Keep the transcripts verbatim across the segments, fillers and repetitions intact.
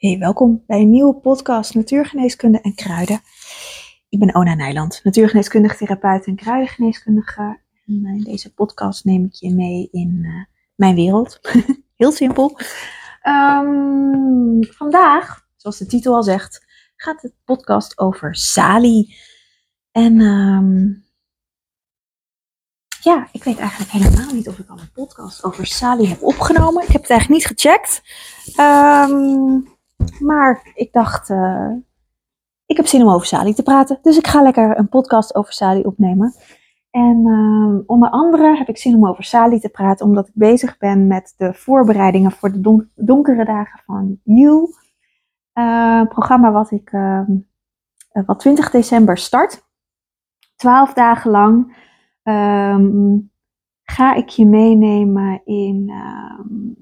Hey, welkom bij een nieuwe podcast Natuurgeneeskunde en Kruiden. Ik ben Ona Nijland, natuurgeneeskundig therapeut en kruidengeneeskundige. En in deze podcast neem ik je mee in uh, mijn wereld. Heel simpel. Um, vandaag, zoals de titel al zegt, gaat de podcast over salie. En um, ja, ik weet eigenlijk helemaal niet of ik al een podcast over salie heb opgenomen. Ik heb het eigenlijk niet gecheckt. Um, Maar ik dacht, uh, ik heb zin om over salie te praten. Dus ik ga lekker een podcast over salie opnemen. En uh, onder andere heb ik zin om over salie te praten, omdat ik bezig ben met de voorbereidingen voor de don- donkere dagen van You. Uh, een programma wat ik uh, wat twintig december start. Twaalf dagen lang um, ga ik je meenemen in... Uh,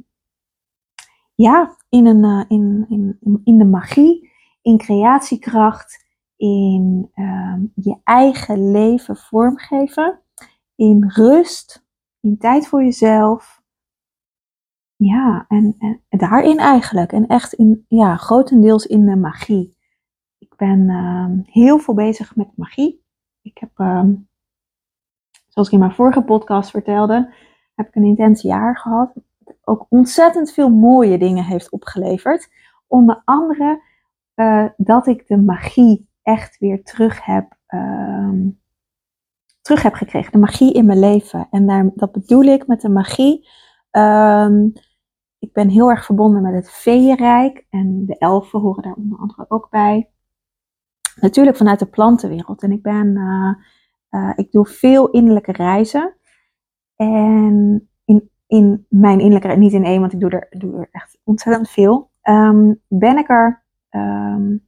Ja, in, een, uh, in, in, in de magie, in creatiekracht, in uh, je eigen leven vormgeven, in rust, in tijd voor jezelf. Ja, en, en daarin eigenlijk. En echt in, ja, grotendeels in de magie. Ik ben uh, heel veel bezig met magie. Ik heb, uh, zoals ik in mijn vorige podcast vertelde, heb ik een intens jaar gehad. Ook ontzettend veel mooie dingen heeft opgeleverd. Onder andere uh, dat ik de magie echt weer terug heb, uh, terug heb gekregen. De magie in mijn leven. En daar, dat bedoel ik met de magie. Uh, ik ben heel erg verbonden met het feeënrijk. En de elfen horen daar onder andere ook bij. Natuurlijk vanuit de plantenwereld. En ik ben, uh, uh, ik doe veel innerlijke reizen. En in in mijn innerlijke, niet in één, want ik doe er, doe er echt ontzettend veel, um, ben ik er, um,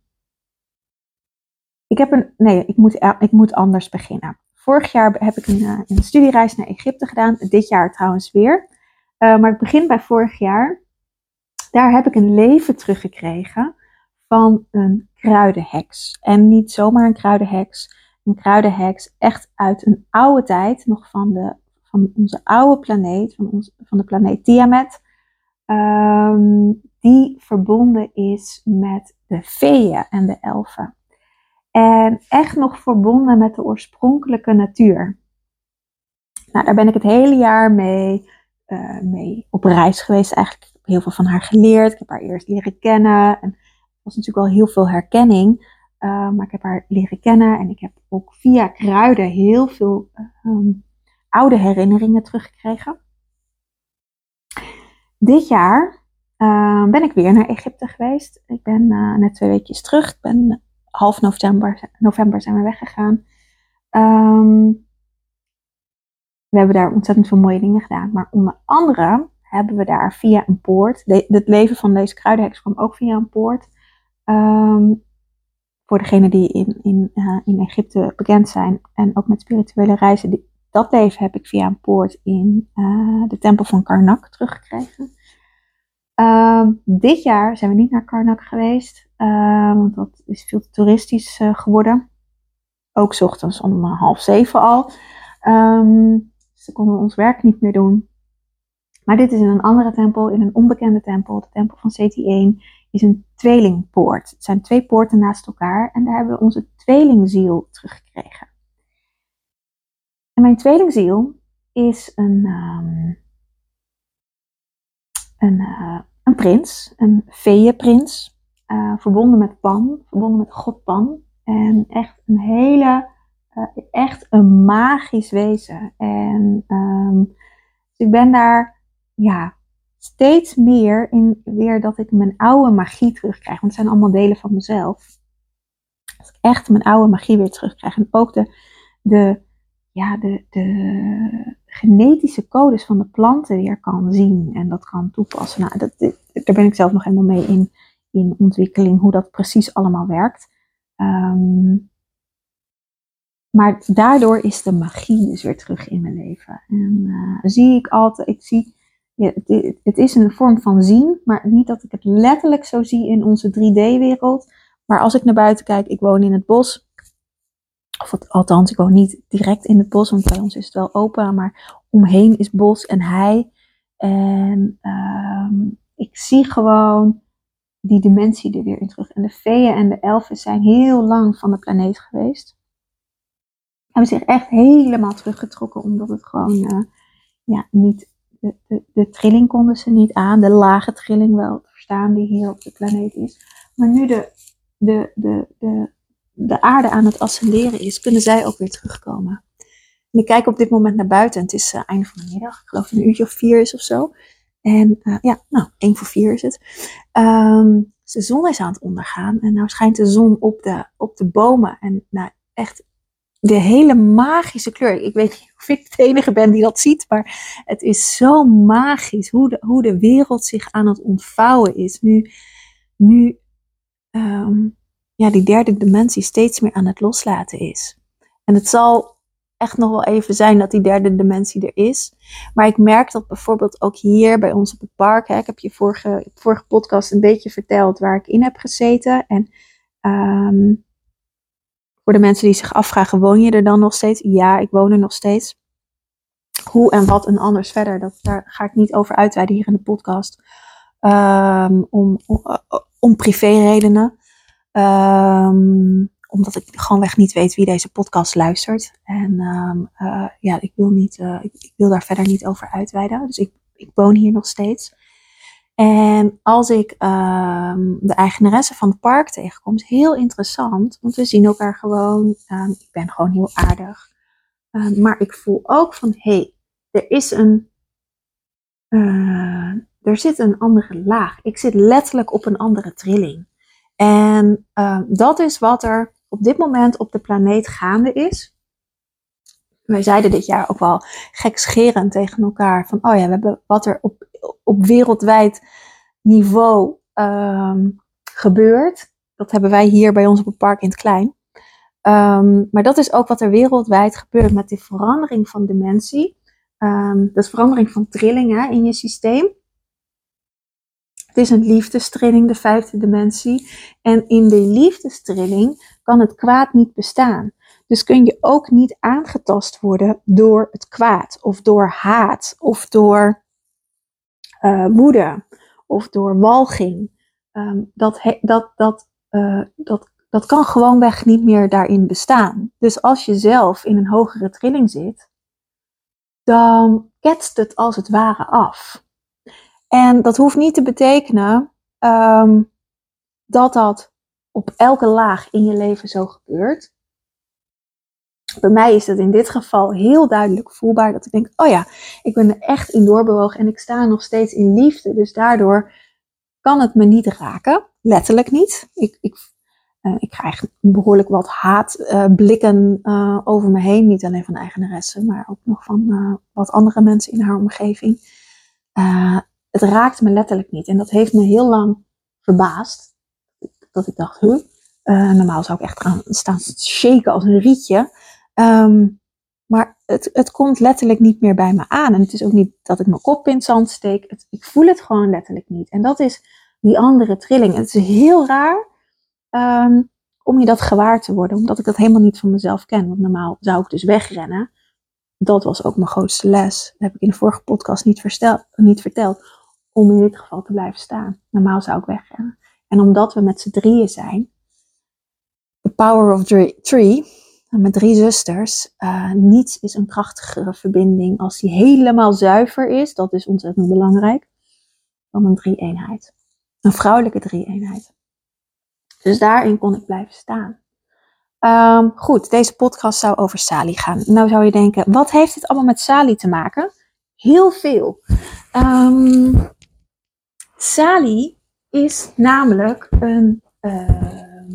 ik heb een, nee, ik moet, ik moet anders beginnen. Vorig jaar heb ik een, een studiereis naar Egypte gedaan, dit jaar trouwens weer, uh, maar ik begin bij vorig jaar. Daar heb ik een leven teruggekregen van een kruidenheks. En niet zomaar een kruidenheks, een kruidenheks echt uit een oude tijd, nog van de van onze oude planeet, van, ons, van de planeet Tiamat, um, die verbonden is met de feeën en de elfen. En echt nog verbonden met de oorspronkelijke natuur. Nou, daar ben ik het hele jaar mee, uh, mee op reis geweest eigenlijk. Ik heb heel veel van haar geleerd. Ik heb haar eerst leren kennen. En er was natuurlijk wel heel veel herkenning. Uh, maar ik heb haar leren kennen. En ik heb ook via kruiden heel veel um, oude herinneringen teruggekregen. Dit jaar uh, ben ik weer naar Egypte geweest. Ik ben uh, net twee weekjes terug. Ik ben half november, november zijn we weggegaan. Um, we hebben daar ontzettend veel mooie dingen gedaan. Maar onder andere hebben we daar via een poort. De, het leven van deze kruidenheks kwam ook via een poort. Um, voor degenen die in, in, uh, in Egypte bekend zijn. En ook met spirituele reizen. Die, dat leven heb ik via een poort in uh, de tempel van Karnak teruggekregen. Uh, dit jaar zijn we niet naar Karnak geweest. Uh, want dat is veel te toeristisch uh, geworden. Ook 's ochtends om uh, half zeven al. Um, dus dan konden we ons werk niet meer doen. Maar dit is in een andere tempel, in een onbekende tempel. De tempel van Seti één is een tweelingpoort. Het zijn twee poorten naast elkaar. En daar hebben we onze tweelingziel teruggekregen. En mijn tweelingziel is een, um, een, uh, een prins, een feeënprins, uh, verbonden met Pan, verbonden met god Pan. En echt een hele, uh, echt een magisch wezen. En um, dus ik ben daar, ja, steeds meer in weer dat ik mijn oude magie terugkrijg. Want het zijn allemaal delen van mezelf. Dat ik echt mijn oude magie weer terugkrijg. En ook de, de ja, de, de genetische codes van de planten weer kan zien en dat kan toepassen. Nou, dat, daar ben ik zelf nog helemaal mee in, in ontwikkeling, hoe dat precies allemaal werkt. Um, maar daardoor is de magie dus weer terug in mijn leven. En uh, zie ik altijd, ik zie, ja, het, het is een vorm van zien, maar niet dat ik het letterlijk zo zie in onze drie D-wereld. Maar als ik naar buiten kijk, ik woon in het bos. Of het, althans, ik woon niet direct in het bos, want bij ons is het wel open. Maar omheen is bos en hei. En um, ik zie gewoon die dimensie er weer in terug. En de feeën en de elfen zijn heel lang van de planeet geweest. Hebben zich echt helemaal teruggetrokken, omdat het gewoon uh, ja, niet, de, de, de trilling konden ze niet aan. De lage trilling wel te verstaan die hier op de planeet is. Maar nu de, de, de, de, de aarde aan het ascenderen is, kunnen zij ook weer terugkomen. En ik kijk op dit moment naar buiten en het is uh, einde van de middag. Ik geloof dat het een uurtje of vier is of zo. En uh, ja, nou, één voor vier is het. Um, de zon is aan het ondergaan en nou schijnt de zon op de, op de bomen. En nou, echt de hele magische kleur. Ik weet niet of ik de enige ben die dat ziet, maar het is zo magisch hoe de, hoe de wereld zich aan het ontvouwen is. Nu, nu um, ja, die derde dimensie steeds meer aan het loslaten is. En het zal echt nog wel even zijn dat die derde dimensie er is. Maar ik merk dat bijvoorbeeld ook hier bij ons op het park. Hè, ik heb je vorige, vorige podcast een beetje verteld waar ik in heb gezeten. En um, voor de mensen die zich afvragen, woon je er dan nog steeds? Ja, ik woon er nog steeds. Hoe en wat en anders verder, dat, daar ga ik niet over uitweiden hier in de podcast. Um, om, om, om privéredenen. Um, omdat ik gewoonweg niet weet wie deze podcast luistert. En um, uh, ja, ik wil, niet, uh, ik, ik wil daar verder niet over uitweiden. Dus ik, ik woon hier nog steeds. En als ik um, de eigenaresse van het park tegenkom, is heel interessant. Want we zien elkaar gewoon. Um, ik ben gewoon heel aardig. Um, maar ik voel ook van, hé, hey, er is een... Uh, er zit een andere laag. Ik zit letterlijk op een andere trilling. En uh, dat is wat er op dit moment op de planeet gaande is. Wij zeiden dit jaar ook wel gekscherend tegen elkaar. Van, oh ja, we hebben wat er op, op wereldwijd niveau um, gebeurt. Dat hebben wij hier bij ons op het park in het klein. Um, maar dat is ook wat er wereldwijd gebeurt met die verandering van dimensie. Um, dat is verandering van trillingen in je systeem. Het is een liefdestrilling, de vijfde dimensie. En in de liefdestrilling kan het kwaad niet bestaan. Dus kun je ook niet aangetast worden door het kwaad. Of door haat. Of door uh, woede. Of door walging. Um, dat, he, dat, dat, uh, dat, dat kan gewoonweg niet meer daarin bestaan. Dus als je zelf in een hogere trilling zit, dan ketst het als het ware af. En dat hoeft niet te betekenen um, dat dat op elke laag in je leven zo gebeurt. Bij mij is dat in dit geval heel duidelijk voelbaar. Dat ik denk, oh ja, ik ben er echt in doorbewogen en ik sta nog steeds in liefde. Dus daardoor kan het me niet raken. Letterlijk niet. Ik, ik, uh, ik krijg behoorlijk wat haatblikken uh, uh, over me heen. Niet alleen van de eigenaresse, maar ook nog van uh, wat andere mensen in haar omgeving. Uh, Het raakt me letterlijk niet. En dat heeft me heel lang verbaasd. Dat ik dacht, huh? Uh, normaal zou ik echt gaan staan shaken als een rietje. Um, maar het, het komt letterlijk niet meer bij me aan. En het is ook niet dat ik mijn kop in het zand steek. Het, ik voel het gewoon letterlijk niet. En dat is die andere trilling. Het is heel raar um, om je dat gewaar te worden. Omdat ik dat helemaal niet van mezelf ken. Want normaal zou ik dus wegrennen. Dat was ook mijn grootste les. Dat heb ik in de vorige podcast niet, verstel, niet verteld. Om in dit geval te blijven staan. Normaal zou ik wegrennen. En omdat we met z'n drieën zijn. The power of three. Met drie zusters. Uh, niets is een krachtigere verbinding. Als die helemaal zuiver is. Dat is ontzettend belangrijk. Dan een drie-eenheid. Een vrouwelijke drie-eenheid. Dus daarin kon ik blijven staan. Um, goed, deze podcast zou over Sally gaan. Nou zou je denken, wat heeft dit allemaal met Sally te maken? Heel veel. Um, Sally is namelijk een, uh,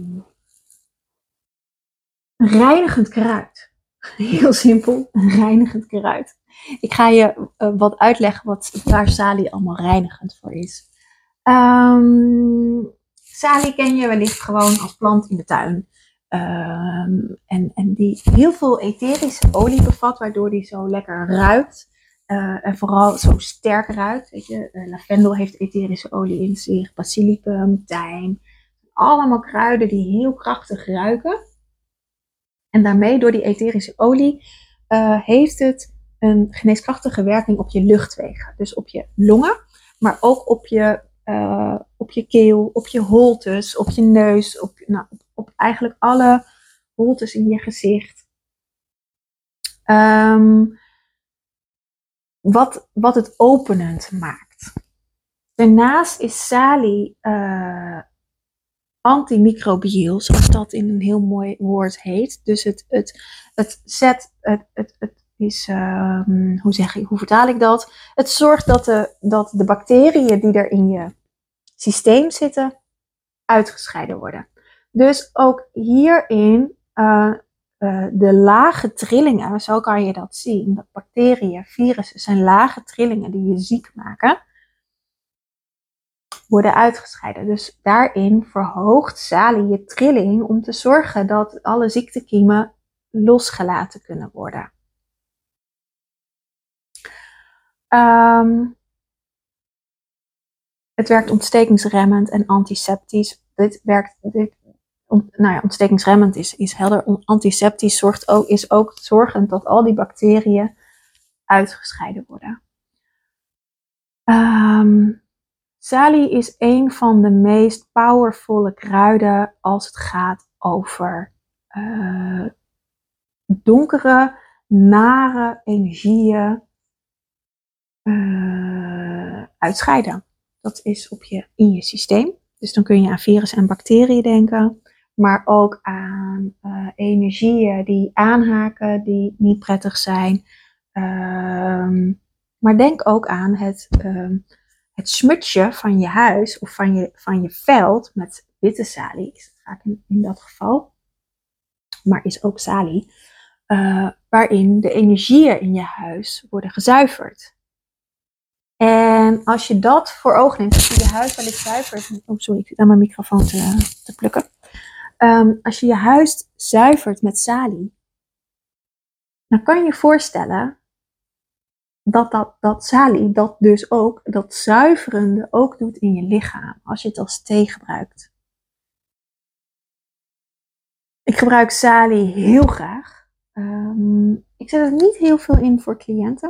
een reinigend kruid. Heel simpel, een reinigend kruid. Ik ga je uh, wat uitleggen wat, waar Sally allemaal reinigend voor is. Um, Sally ken je wellicht gewoon als plant in de tuin. Um, en, en die heel veel etherische olie bevat, waardoor die zo lekker ruikt. Uh, en vooral zo sterk ruikt. Weet je? Uh, lavendel heeft etherische olie in zich, basilicum, tijm. Allemaal kruiden die heel krachtig ruiken. En daarmee, door die etherische olie, uh, heeft het een geneeskrachtige werking op je luchtwegen. Dus op je longen, maar ook op je uh, op je keel, op je holtes, op je neus, op, nou, op, op eigenlijk alle holtes in je gezicht. Um, wat, wat het openend maakt. Daarnaast is salie uh, antimicrobieel, zoals dat in een heel mooi woord heet. Dus het, het, het zet, het, het, het is, uh, hoe, zeg ik, hoe vertaal ik dat? Het zorgt dat de, dat de bacteriën die er in je systeem zitten, uitgescheiden worden. Dus ook hierin, uh, uh, de lage trillingen, zo kan je dat zien. Dat bacteriën, virussen zijn lage trillingen die je ziek maken, worden uitgescheiden. Dus daarin verhoogt salie je trilling om te zorgen dat alle ziektekiemen losgelaten kunnen worden. Um, het werkt ontstekingsremmend en antiseptisch. Dit werkt, dit, ont, nou ja, ontstekingsremmend is, is helder. Antiseptisch zorgt ook, is ook zorgend dat al die bacteriën uitgescheiden worden. Um, Salie is een van de meest powervolle kruiden als het gaat over uh, donkere, nare energieën uh, uitscheiden. Dat is op je, in je systeem. Dus dan kun je aan virussen en bacteriën denken. Maar ook aan uh, energieën die aanhaken, die niet prettig zijn. Uh, maar denk ook aan het... Uh, Het smutsje van je huis of van je, van je veld met witte salie, is het vaak in, in dat geval, maar is ook salie, uh, waarin de energieën in je huis worden gezuiverd. En als je dat voor ogen neemt, als je je huis wel eens zuivert, oh sorry, ik zit aan mijn microfoon te, te plukken. Um, als je je huis zuivert met salie, dan kan je je voorstellen dat, dat, dat salie dat dus ook, dat zuiverende ook doet in je lichaam, als je het als thee gebruikt. Ik gebruik salie heel graag. Um, ik zet het niet heel veel in voor cliënten,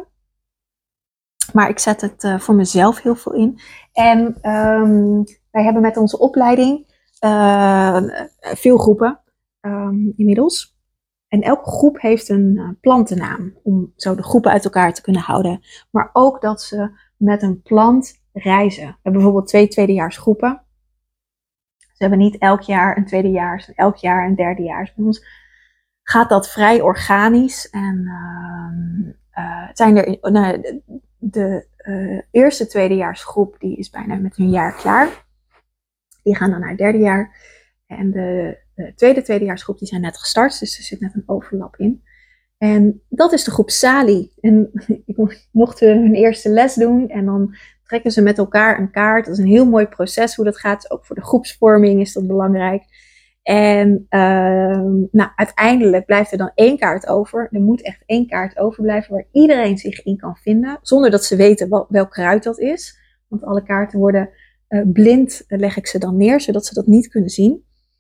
maar ik zet het uh, voor mezelf heel veel in. En um, wij hebben met onze opleiding uh, veel groepen um, inmiddels. En elke groep heeft een uh, plantennaam, om zo de groepen uit elkaar te kunnen houden. Maar ook dat ze met een plant reizen. We hebben bijvoorbeeld twee tweedejaarsgroepen. Ze hebben niet elk jaar een tweedejaars en elk jaar een derdejaars. Bij ons gaat dat vrij organisch. En uh, uh, het zijn er, nou, de, de uh, eerste tweedejaarsgroep die is bijna met hun jaar klaar. Die gaan dan naar het derde jaar. En de De tweede tweedejaarsgroep die zijn net gestart, dus er zit net een overlap in. En dat is de groep salie. En ik mocht hun eerste les doen en dan trekken ze met elkaar een kaart. Dat is een heel mooi proces hoe dat gaat. Ook voor de groepsvorming is dat belangrijk. En uh, nou, uiteindelijk blijft er dan één kaart over. Er moet echt één kaart overblijven waar iedereen zich in kan vinden. Zonder dat ze weten wel, welk kruid dat is. Want alle kaarten worden uh, blind, leg ik ze dan neer, zodat ze dat niet kunnen zien.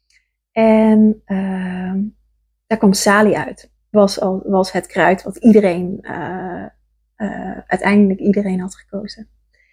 En uh, daar kwam salie uit. Was, al, was het kruid wat iedereen, uh, uh, uiteindelijk iedereen had gekozen.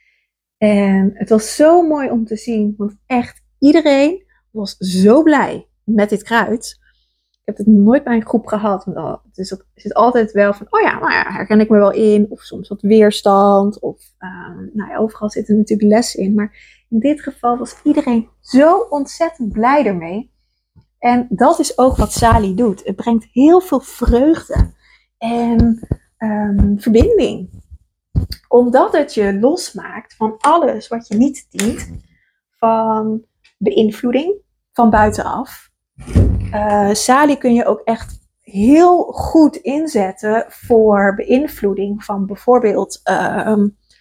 En het was zo mooi om te zien, want echt iedereen was zo blij met dit kruid. Ik heb het nooit bij een groep gehad. Want oh, dus er zit altijd wel van, oh ja, nou ja, herken ik me wel in. Of soms wat weerstand. Of uh, nou ja, overal zitten natuurlijk lessen in. Maar in dit geval was iedereen zo ontzettend blij ermee. En dat is ook wat salie doet. Het brengt heel veel vreugde en um, verbinding. Omdat het je losmaakt van alles wat je niet dient. Van beïnvloeding van buitenaf. Uh, salie kun je ook echt heel goed inzetten voor beïnvloeding van bijvoorbeeld uh,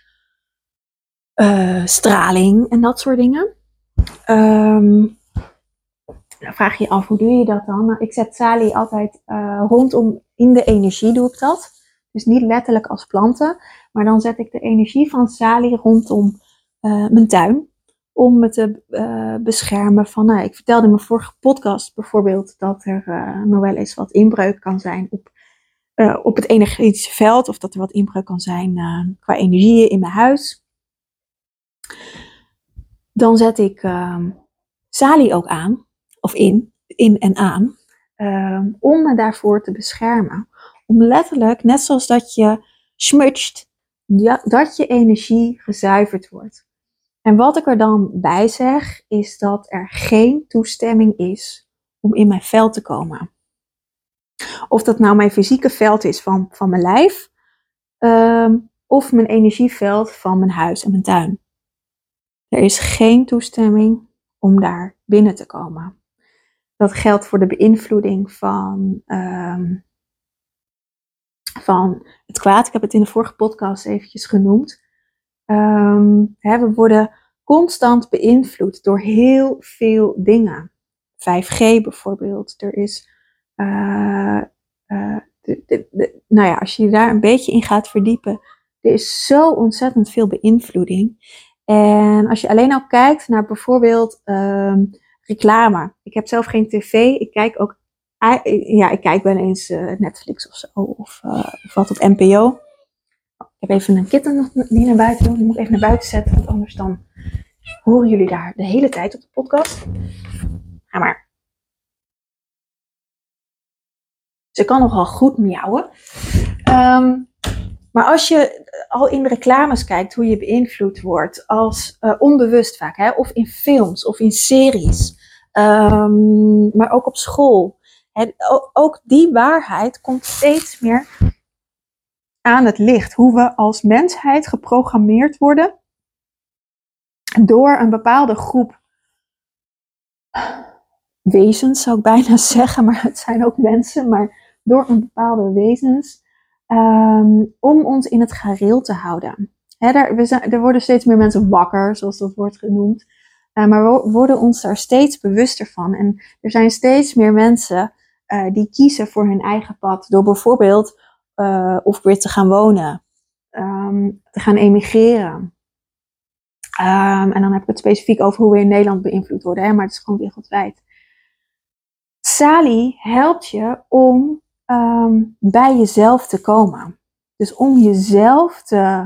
uh, straling en dat soort dingen. Um, Dan vraag je je af, hoe doe je dat dan? Nou, ik zet salie altijd uh, rondom in de energie doe ik dat. Dus niet letterlijk als planten. Maar dan zet ik de energie van salie rondom uh, mijn tuin. Om me te uh, beschermen van... Nou, ik vertelde in mijn vorige podcast bijvoorbeeld dat er uh, nog wel eens wat inbreuk kan zijn op, uh, op het energetische veld. Of dat er wat inbreuk kan zijn uh, qua energieën in mijn huis. dan zet ik uh, Sally ook aan, of in, in en aan, uh, om me daarvoor te beschermen. Om letterlijk, net zoals dat je smudgt, ja, dat je energie gezuiverd wordt. En wat ik er dan bij zeg, is dat er geen toestemming is om in mijn veld te komen. Of dat nou mijn fysieke veld is van, van mijn lijf, um, of mijn energieveld van mijn huis en mijn tuin. Er is geen toestemming om daar binnen te komen. Dat geldt voor de beïnvloeding van, um, van het kwaad. Ik heb het in de vorige podcast eventjes genoemd. Um, hè, we worden constant beïnvloed door heel veel dingen. vijf G bijvoorbeeld. Er is, uh, uh, de, de, de, nou ja, als je daar een beetje in gaat verdiepen, er is zo ontzettend veel beïnvloeding. En als je alleen al kijkt naar bijvoorbeeld um, reclame. Ik heb zelf geen tv, ik kijk ook, ja, ik kijk wel eens uh, Netflix of zo, of, uh, of wat op N P O. Ik heb even een kitten die naar buiten wil. Die moet ik even naar buiten zetten, want anders dan horen jullie daar de hele tijd op de podcast. Ga maar. Ze kan nogal goed miauwen. Um, maar als je al in reclames kijkt hoe je beïnvloed wordt, als uh, onbewust vaak, hè, of in films of in series, um, maar ook op school. Hè, ook die waarheid komt steeds meer aan het licht. Hoe we als mensheid geprogrammeerd worden door een bepaalde groep wezens, zou ik bijna zeggen, maar het zijn ook mensen, maar door een bepaalde wezens, um, om ons in het gareel te houden. He, er, we zijn, er worden steeds meer mensen wakker, zoals dat wordt genoemd, uh, maar we worden ons daar steeds bewuster van. En er zijn steeds meer mensen uh, die kiezen voor hun eigen pad, door bijvoorbeeld uh, of weer te gaan wonen, um, te gaan emigreren. Um, en dan heb ik het specifiek over hoe we in Nederland beïnvloed worden, hè, maar het is gewoon wereldwijd. Sally helpt je om um, bij jezelf te komen. Dus om jezelf te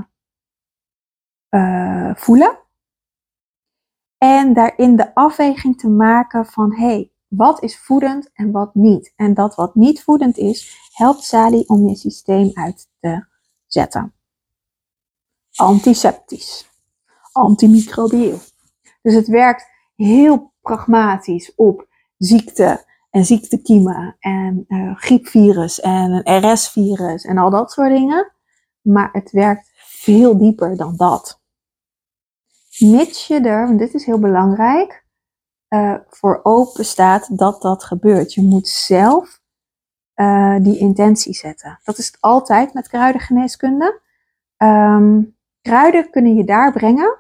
uh, voelen. En daarin de afweging te maken van, hé, hey, wat is voedend en wat niet? En dat wat niet voedend is, helpt Sally om je systeem uit te zetten. Antiseptisch. Antimicrobieel. Dus het werkt heel pragmatisch op ziekte en ziektekiemen en uh, griepvirus en een R S-virus en al dat soort dingen. Maar het werkt veel dieper dan dat. Mits je er, want dit is heel belangrijk, uh, voor open staat dat dat gebeurt. Je moet zelf uh, die intentie zetten. Dat is het altijd met kruidengeneeskunde. Um, kruiden kunnen je daar brengen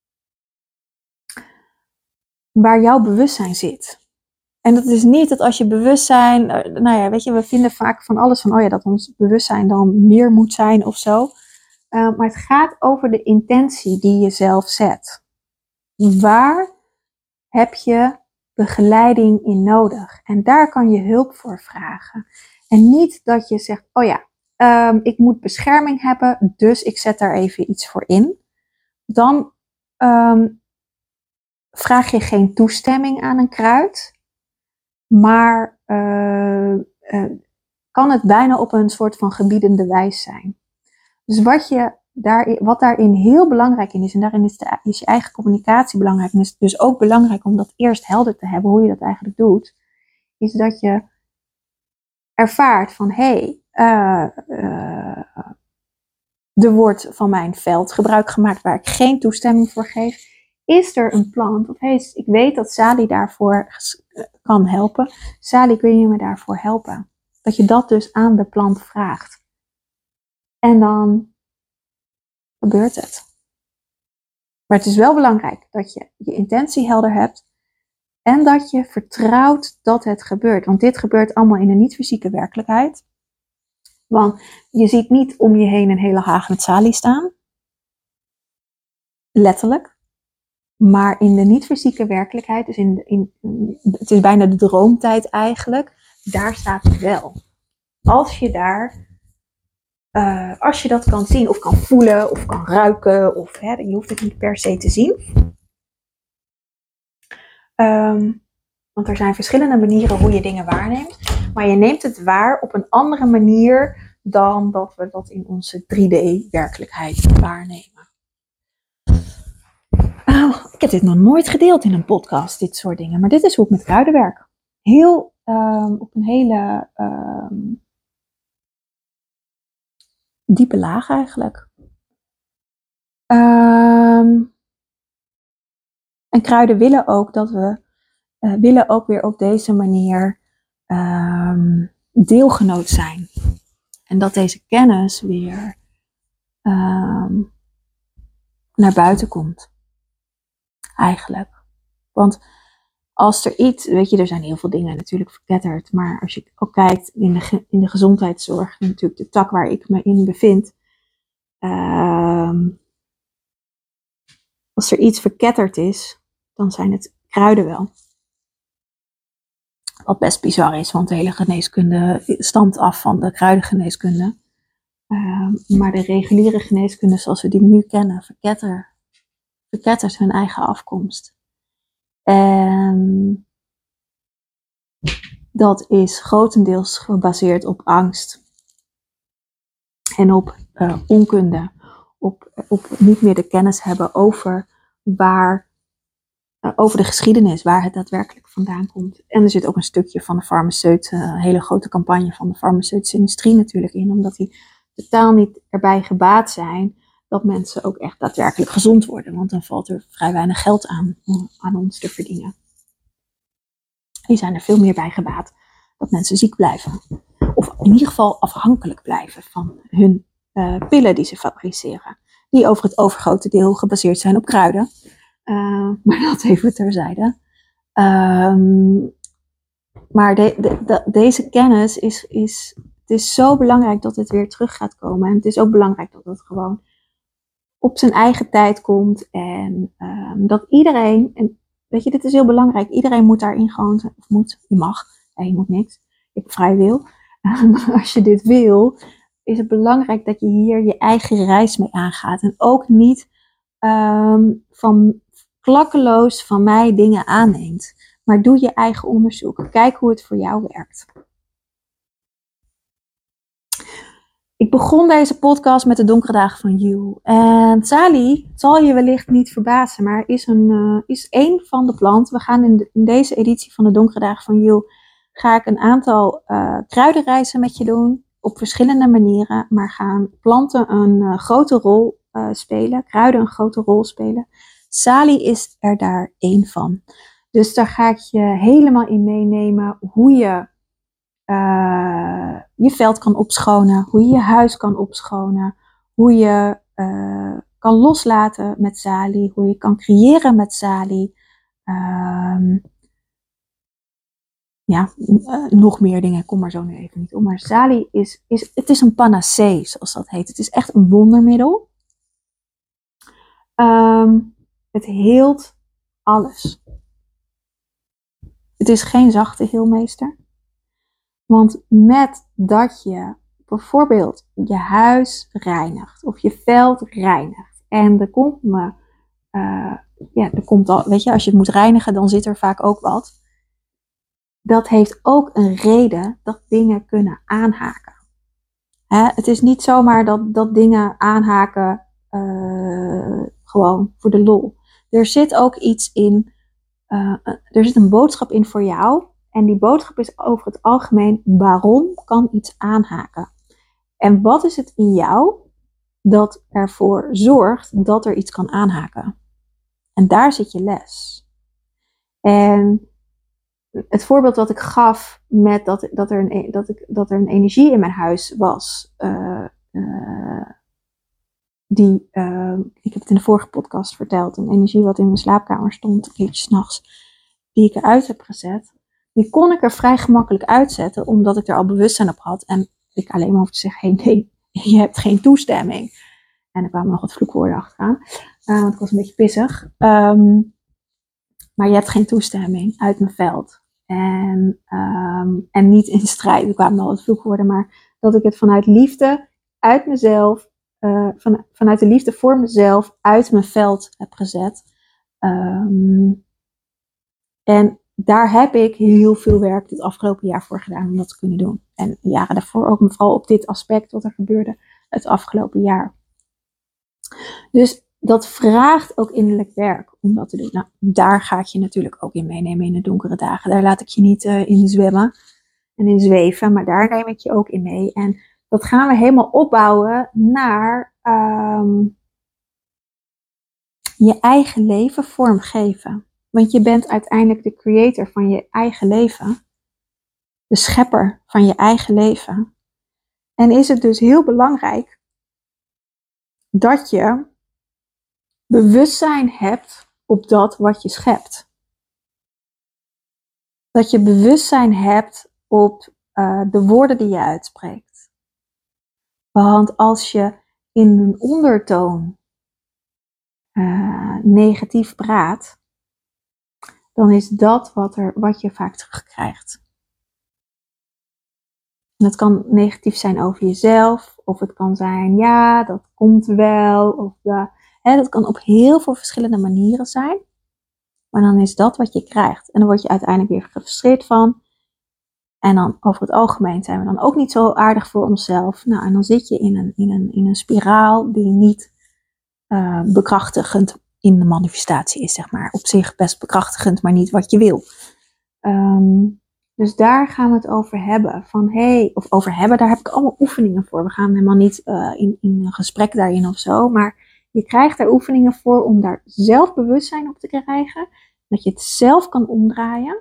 waar jouw bewustzijn zit. En dat is niet dat als je bewustzijn, nou ja, weet je, we vinden vaak van alles van, oh ja, dat ons bewustzijn dan meer moet zijn of zo. Uh, maar het gaat over de intentie die je zelf zet. Waar heb je begeleiding in nodig? En daar kan je hulp voor vragen. En niet dat je zegt, oh ja, um, ik moet bescherming hebben, dus ik zet daar even iets voor in. Dan um, vraag je geen toestemming aan een kruid. Maar uh, uh, kan het bijna op een soort van gebiedende wijs zijn. Dus wat, je daarin, wat daarin heel belangrijk in is, en daarin is, de, is je eigen communicatie belangrijk, en is het dus ook belangrijk om dat eerst helder te hebben, hoe je dat eigenlijk doet, is dat je ervaart van, hé, hey, uh, uh, er wordt van mijn veld gebruik gemaakt waar ik geen toestemming voor geef. Is er een plant? Of hey, ik weet dat Sally daarvoor kan helpen. Sally, kun je me daarvoor helpen? Dat je dat dus aan de plant vraagt. En dan gebeurt het. Maar het is wel belangrijk dat je je intentie helder hebt. En dat je vertrouwt dat het gebeurt. Want dit gebeurt allemaal in een niet-fysieke werkelijkheid. Want je ziet niet om je heen een hele haag met Sally staan. Letterlijk. Maar in de niet-fysieke werkelijkheid, dus in, in, het is bijna de droomtijd eigenlijk, daar staat het wel. Als je daar, uh, als je dat kan zien of kan voelen of kan ruiken, of hè, je hoeft het niet per se te zien. Um, want er zijn verschillende manieren hoe je dingen waarneemt. Maar je neemt het waar op een andere manier dan dat we dat in onze drie D-werkelijkheid waarnemen. Oh, ik heb dit nog nooit gedeeld in een podcast, dit soort dingen. Maar dit is hoe ik met kruiden werk. Heel, um, op een hele um, diepe laag eigenlijk. Um, en kruiden willen ook dat we, uh, willen ook weer op deze manier um, deelgenoot zijn. En dat deze kennis weer um, naar buiten komt. Eigenlijk. Want als er iets, weet je, er zijn heel veel dingen natuurlijk verketterd. Maar als je ook kijkt in de, in de gezondheidszorg, natuurlijk de tak waar ik me in bevind. Um, als er iets verketterd is, dan zijn het kruiden wel. Wat best bizar is, want de hele geneeskunde stamt af van de kruidengeneeskunde. Um, maar de reguliere geneeskunde zoals we die nu kennen, verketter, verkettert hun eigen afkomst. En dat is grotendeels gebaseerd op angst. En op uh, onkunde. Op, op niet meer de kennis hebben over waar, uh, over de geschiedenis, waar het daadwerkelijk vandaan komt. En er zit ook een stukje van de farmaceut, uh, een hele grote campagne van de farmaceutische industrie natuurlijk in. Omdat die totaal niet erbij gebaat zijn dat mensen ook echt daadwerkelijk gezond worden. Want dan valt er vrij weinig geld aan om aan ons te verdienen. Die zijn er veel meer bij gebaat dat mensen ziek blijven. Of in ieder geval afhankelijk blijven van hun uh, pillen die ze fabriceren. Die over het overgrote deel gebaseerd zijn op kruiden. Uh, maar dat even terzijde. Um, maar de, de, de, deze kennis is, is, het is zo belangrijk dat het weer terug gaat komen. En het is ook belangrijk dat het gewoon op zijn eigen tijd komt. En um, dat iedereen, en weet je, dit is heel belangrijk. Iedereen moet daarin gewoon, of moet, je mag, ja, je moet niks. Je hebt vrij wil. Maar als je dit wil, is het belangrijk dat je hier je eigen reis mee aangaat. En ook niet um, van klakkeloos van mij dingen aanneemt. Maar doe je eigen onderzoek. Kijk hoe het voor jou werkt. Ik begon deze podcast met de donkere dagen van Yule. En Sally, het zal je wellicht niet verbazen, maar is, een, uh, is één van de planten. We gaan in, de, in deze editie van de donkere dagen van Yule, ga ik een aantal uh, kruidenreizen met je doen. Op verschillende manieren, maar gaan planten een uh, grote rol uh, spelen. Kruiden een grote rol spelen. Sally is er daar één van. Dus daar ga ik je helemaal in meenemen hoe je uh, je veld kan opschonen, hoe je je huis kan opschonen, hoe je uh, kan loslaten met Sally, hoe je kan creëren met Sally. Um, ja, uh, nog meer dingen, ik kom er zo nu even niet om. Maar Sally is, is, het is een panacee, zoals dat heet. Het is echt een wondermiddel. Um, het heelt alles. Het is geen zachte heelmeester. Want met dat je bijvoorbeeld je huis reinigt of je veld reinigt en er komt me, uh, ja, er komt al, weet je, als je het moet reinigen, dan zit er vaak ook wat. Dat heeft ook een reden dat dingen kunnen aanhaken. Hè? Het is niet zomaar dat, dat dingen aanhaken uh, gewoon voor de lol. Er zit ook iets in, uh, er zit een boodschap in voor jou. En die boodschap is over het algemeen, waarom kan iets aanhaken? En wat is het in jou dat ervoor zorgt dat er iets kan aanhaken? En daar zit je les. En het voorbeeld wat ik gaf met dat, dat, er, een, dat, ik, dat er een energie in mijn huis was, uh, uh, die, uh, ik heb het in de vorige podcast verteld, een energie wat in mijn slaapkamer stond, een keertje 's nachts, die ik eruit heb gezet. Die kon ik er vrij gemakkelijk uitzetten, omdat ik er al bewustzijn op had. En ik alleen maar hoefde te zeggen, hey, nee, je hebt geen toestemming. En er kwamen nog wat vloekwoorden achteraan, uh, want ik was een beetje pissig. Um, maar je hebt geen toestemming uit mijn veld. En, um, en niet in strijd, er kwamen nog wat vloekwoorden, maar dat ik het vanuit liefde, uit mezelf, uh, van, vanuit de liefde voor mezelf, uit mijn veld heb gezet. Um, En daar heb ik heel veel werk dit afgelopen jaar voor gedaan om dat te kunnen doen. En jaren daarvoor ook, vooral op dit aspect wat er gebeurde het afgelopen jaar. Dus dat vraagt ook innerlijk werk om dat te doen. Nou, daar ga ik je natuurlijk ook in meenemen in de donkere dagen. Daar laat ik je niet uh, in zwemmen en in zweven, maar daar neem ik je ook in mee. En dat gaan we helemaal opbouwen naar um, je eigen leven vormgeven. Want je bent uiteindelijk de creator van je eigen leven. De schepper van je eigen leven. En is het dus heel belangrijk dat je bewustzijn hebt op dat wat je schept. Dat je bewustzijn hebt op uh, de woorden die je uitspreekt. Want als je in een ondertoon uh, negatief praat, dan is dat wat, er, wat je vaak terugkrijgt. En dat kan negatief zijn over jezelf, of het kan zijn, ja, dat komt wel, of uh, hè, dat kan op heel veel verschillende manieren zijn. Maar dan is dat wat je krijgt. En dan word je uiteindelijk weer gefrustreerd van. En dan over het algemeen zijn we dan ook niet zo aardig voor onszelf. Nou, en dan zit je in een, in een, in een spiraal die niet uh, bekrachtigend in de manifestatie is, zeg maar. Op zich best bekrachtigend, maar niet wat je wil. Um, dus daar gaan we het over hebben. Van hey, of over hebben, daar heb ik allemaal oefeningen voor. We gaan helemaal niet uh, in, in een gesprek daarin of zo. Maar je krijgt daar oefeningen voor om daar zelf bewustzijn op te krijgen. Dat je het zelf kan omdraaien.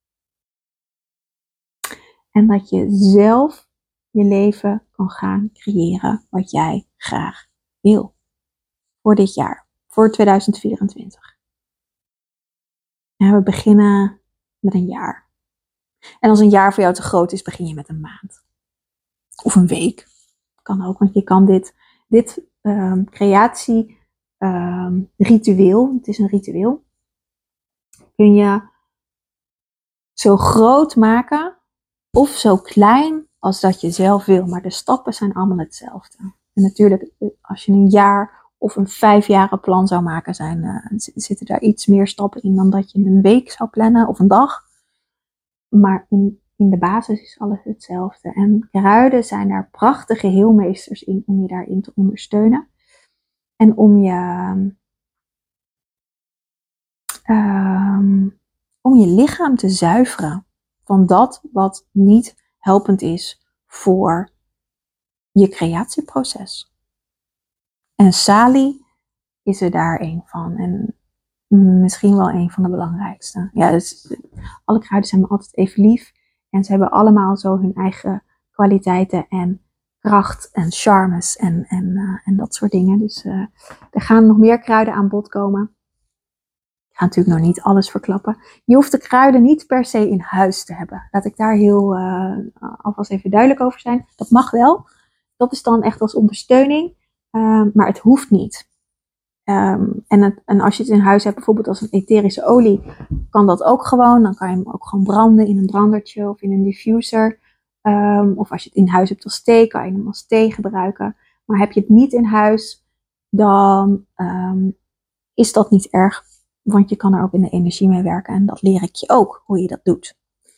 En dat je zelf je leven kan gaan creëren wat jij graag wil. Voor dit jaar. Voor tweeduizend vierentwintig. En we beginnen met een jaar. En als een jaar voor jou te groot is, begin je met een maand. Of een week. Kan ook, want je kan dit, dit um, creatie um, ritueel, het is een ritueel, kun je zo groot maken of zo klein als dat je zelf wil. Maar de stappen zijn allemaal hetzelfde. En natuurlijk, als je een jaar of een vijfjaren plan zou maken, zijn, uh, zitten daar iets meer stappen in dan dat je een week zou plannen of een dag. Maar in, in de basis is alles hetzelfde. En kruiden zijn daar prachtige heelmeesters in om je daarin te ondersteunen. En om je, um, om je lichaam te zuiveren van dat wat niet helpend is voor je creatieproces. En Sali is er daar een van. En misschien wel een van de belangrijkste. Ja, dus alle kruiden zijn me altijd even lief. En ze hebben allemaal zo hun eigen kwaliteiten en kracht en charmes en, en, uh, en dat soort dingen. Dus uh, er gaan nog meer kruiden aan bod komen. Ik ga natuurlijk nog niet alles verklappen. Je hoeft de kruiden niet per se in huis te hebben. Laat ik daar heel uh, alvast even duidelijk over zijn. Dat mag wel. Dat is dan echt als ondersteuning. Uh, maar het hoeft niet. Um, en, het, en als je het in huis hebt, bijvoorbeeld als een etherische olie, kan dat ook gewoon. Dan kan je hem ook gewoon branden in een brandertje of in een diffuser. Um, of als je het in huis hebt als thee, kan je hem als thee gebruiken. Maar heb je het niet in huis, dan um, is dat niet erg. Want je kan er ook in de energie mee werken. En dat leer ik je ook, hoe je dat doet.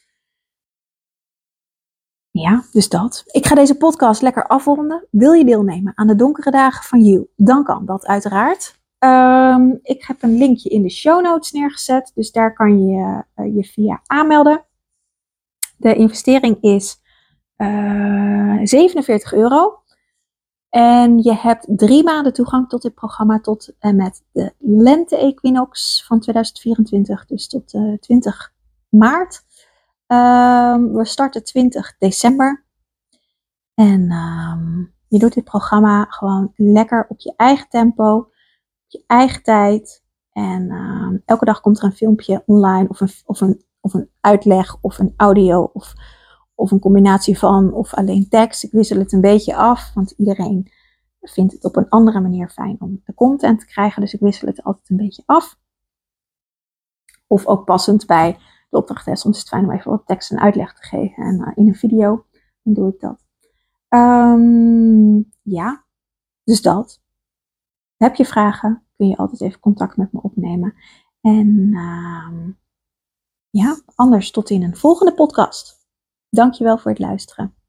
Ja, dus dat. Ik ga deze podcast lekker afronden. Wil je deelnemen aan de donkere dagen van You? Dan kan dat uiteraard. Um, ik heb een linkje in de show notes neergezet. Dus daar kan je uh, je via aanmelden. De investering is uh, zevenenveertig euro. En je hebt drie maanden toegang tot dit programma tot en met de lente-equinox van tweeduizend vierentwintig. Dus tot uh, twintig maart. Um, we starten twintig december. En um, je doet dit programma gewoon lekker op je eigen tempo, op je eigen tijd. En um, elke dag komt er een filmpje online of een, of een, of een uitleg of een audio of, of een combinatie van of alleen tekst. Ik wissel het een beetje af, want iedereen vindt het op een andere manier fijn om de content te krijgen. Dus ik wissel het altijd een beetje af. Of ook passend bij de opdrachttest. Soms is het fijn om even wat tekst en uitleg te geven. En uh, in een video, dan doe ik dat. Um, ja, dus dat. Heb je vragen, kun je altijd even contact met me opnemen. En uh, ja, anders tot in een volgende podcast. Dankjewel voor het luisteren.